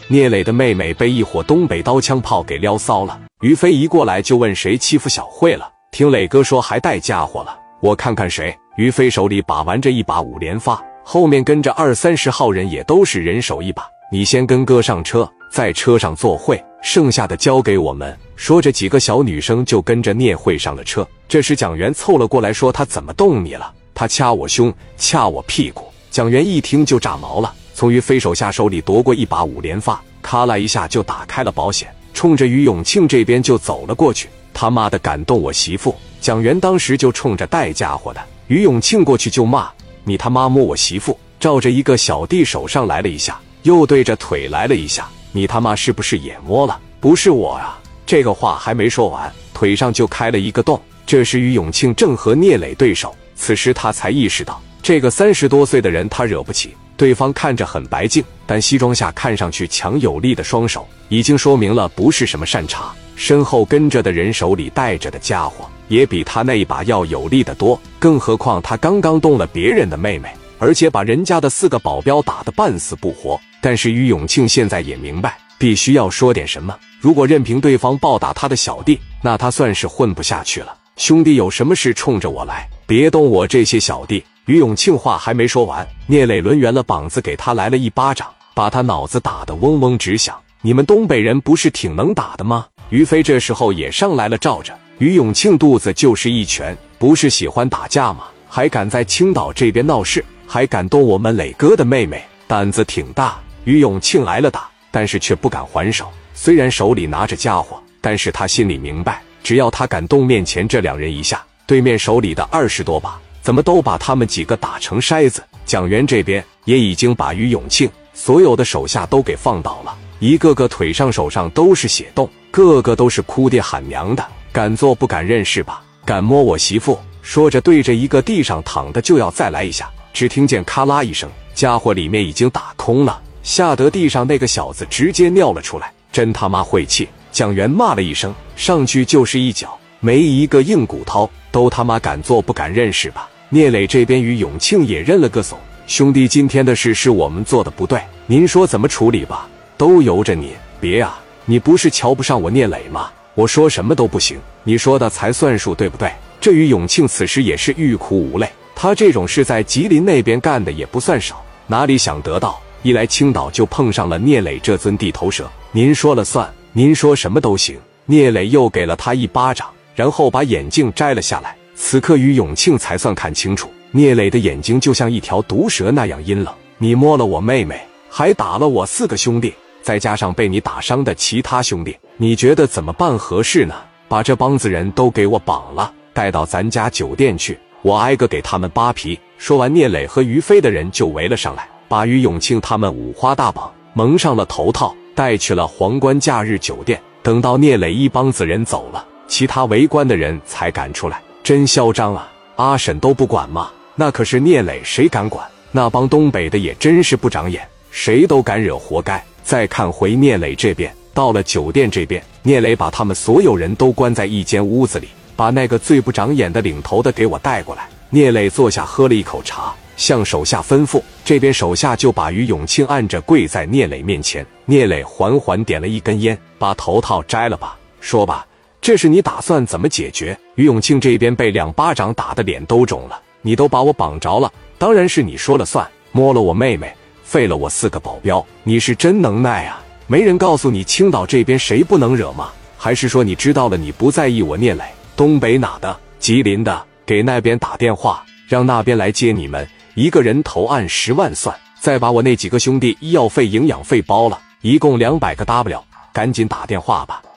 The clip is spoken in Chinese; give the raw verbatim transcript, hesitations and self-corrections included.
聂磊的妹妹被一伙东北刀枪炮给撩骚了，于飞一过来就问谁欺负小慧了。听磊哥说还带家伙了，我看看谁。于飞手里把玩着一把五连发，后面跟着二三十号人也都是人手一把。你先跟哥上车，在车上做会，剩下的交给我们。说着几个小女生就跟着聂慧上了车。这时蒋元凑了过来说他怎么动你了？他掐我胸，掐我屁股。蒋元一听就炸毛了，从于飞手下手里夺过一把五连发，咔啦一下就打开了保险，冲着于永庆这边就走了过去。他妈的敢动我媳妇！蒋元当时就冲着带家伙的于永庆过去就骂：你他妈摸我媳妇！照着一个小弟手上来了一下，又对着腿来了一下，你他妈是不是也摸了？不是我啊！这个话还没说完，腿上就开了一个洞。这时于永庆正和聂磊对手，此时他才意识到这个三十多岁的人他惹不起。对方看着很白净，但西装下看上去强有力的双手，已经说明了不是什么善茬。身后跟着的人手里带着的家伙，也比他那一把要有力得多。更何况他刚刚动了别人的妹妹，而且把人家的四个保镖打得半死不活。但是于永庆现在也明白，必须要说点什么。如果任凭对方暴打他的小弟，那他算是混不下去了。兄弟有什么事冲着我来，别动我这些小弟。于永庆话还没说完，聂磊抡圆了膀子给他来了一巴掌，把他脑子打得嗡嗡直响。你们东北人不是挺能打的吗？于飞这时候也上来了，照着于永庆肚子就是一拳。不是喜欢打架吗？还敢在青岛这边闹事，还敢动我们磊哥的妹妹，胆子挺大。于永庆挨了打，但是却不敢还手。虽然手里拿着家伙，但是他心里明白，只要他敢动面前这两人一下，对面手里的二十多把怎么都把他们几个打成筛子。蒋元这边也已经把于永庆所有的手下都给放倒了，一个个腿上手上都是血洞，个个都是哭爹喊娘的。敢做不敢认是吧？敢摸我媳妇！说着对着一个地上躺的就要再来一下，只听见咔啦一声，家伙里面已经打空了，吓得地上那个小子直接尿了出来。真他妈晦气！蒋元骂了一声，上去就是一脚，没一个硬骨头，都他妈敢做不敢认是吧？聂磊这边于永庆也认了个怂，兄弟，今天的事是我们做的不对，您说怎么处理吧？都由着你。别啊，你不是瞧不上我聂磊吗？我说什么都不行，你说的才算数，对不对？这于永庆此时也是欲哭无泪，他这种事在吉林那边干的也不算少，哪里想得到，一来青岛就碰上了聂磊这尊地头蛇，您说了算，您说什么都行。聂磊又给了他一巴掌，然后把眼镜摘了下来。此刻于永庆才算看清楚，聂磊的眼睛就像一条毒蛇那样阴冷。你摸了我妹妹，还打了我四个兄弟，再加上被你打伤的其他兄弟，你觉得怎么办合适呢？把这帮子人都给我绑了，带到咱家酒店去，我挨个给他们扒皮。说完，聂磊和于飞的人就围了上来，把于永庆他们五花大绑，蒙上了头套，带去了皇冠假日酒店。等到聂磊一帮子人走了，其他围观的人才赶出来。真嚣张啊！阿婶都不管吗？那可是聂磊，谁敢管？那帮东北的也真是不长眼，谁都敢惹，活该。再看回聂磊这边，到了酒店这边，聂磊把他们所有人都关在一间屋子里，把那个最不长眼的领头的给我带过来。聂磊坐下喝了一口茶，向手下吩咐，这边手下就把于永庆按着跪在聂磊面前。聂磊缓缓点了一根烟，把头套摘了吧，说吧，这是你打算怎么解决？于永庆这边被两巴掌打的脸都肿了，你都把我绑着了，当然是你说了算，摸了我妹妹，废了我四个保镖，你是真能耐啊！没人告诉你青岛这边谁不能惹吗？还是说你知道了你不在意我聂磊？东北哪的？吉林的，给那边打电话，让那边来接你们，一个人头按十万算，再把我那几个兄弟医药费营养费包了，一共两百个 W， 赶紧打电话吧。